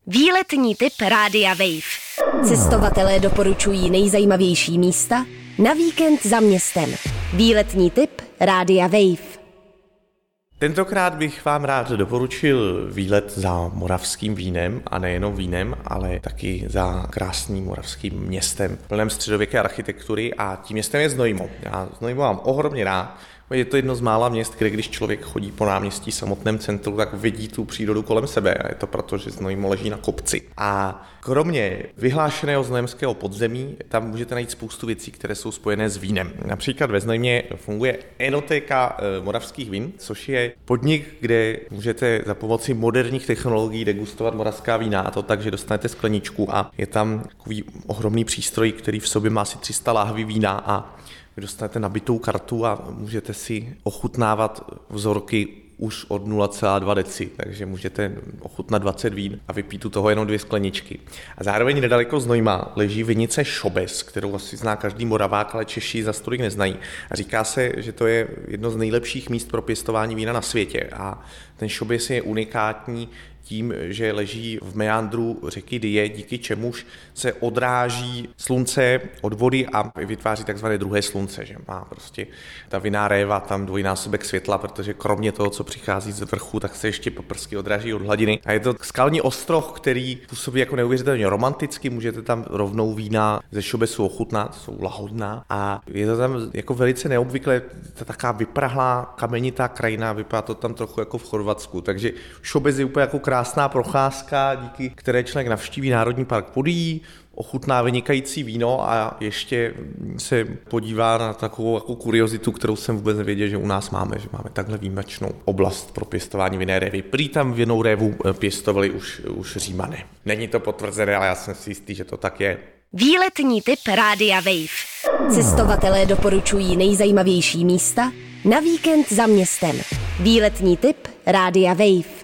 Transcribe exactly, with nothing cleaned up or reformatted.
Výletní tip Rádia Wave. Cestovatelé doporučují nejzajímavější místa na víkend za městem. Výletní tip Rádia Wave. Tentokrát bych vám rád doporučil výlet za moravským vínem a nejenom vínem, ale taky za krásným moravským městem plném středověké architektury a tím městem je Znojmo. Já Znojmo mám ohromně rád. Je to jedno z mála měst, kde když člověk chodí po náměstí samotném centru, tak vidí tu přírodu kolem sebe a je to proto, že Znojmo leží na kopci. A kromě vyhlášeného znojemského podzemí, tam můžete najít spoustu věcí, které jsou spojené s vínem. Například ve Znojmě funguje Enotéka moravských vín, což je podnik, kde můžete za pomoci moderních technologií degustovat moravská vína, a to tak, že dostanete skleničku a je tam takový ohromný přístroj, který v sobě má asi tři sta láhví vína a vy dostanete nabitou kartu a můžete si ochutnávat vzorky už od nula celá dva deci, takže můžete ochutnat dvacet vín a vypít u toho jenom dvě skleničky. A zároveň nedaleko Znojma leží vinice Šobes, kterou asi zná každý Moravák, ale Češi za stolik neznají. A říká se, že to je jedno z nejlepších míst pro pěstování vína na světě. A ten Šobes je unikátní tím, že leží v meandru řeky Dyje, díky čemuž se odráží slunce od vody a vytváří takzvané druhé slunce, že má prostě ta vinná réva tam dvojnásobek světla, protože kromě toho, co přichází z vrchu, tak se ještě paprsky odráží od hladiny. A je to skalní ostroh, který působí jako neuvěřitelně romanticky, můžete tam rovnou vína ze Šobesu ochutnat, jsou lahodná a je to tam jako velice neobvyklé, ta taká vyprahlá kamenitá krajina, vypadá to tam trochu jako v Chorvatsku, takže Šobes je úplně jako krásná procházka, díky které člověk navštíví Národní park Podyjí, ochutná vynikající víno a ještě se podívá na takovou jako kuriozitu, kterou jsem vůbec nevěděl, že u nás máme, že máme takhle výjimečnou oblast pro pěstování vinné révy. Prý tam vinnou révu pěstovali už, už Římané. Není to potvrzené, ale já jsem si jistý, že to tak je. Výletní tip Rádia Wave. Cestovatelé doporučují nejzajímavější místa na víkend za městem. Výletní tip Rádia Wave.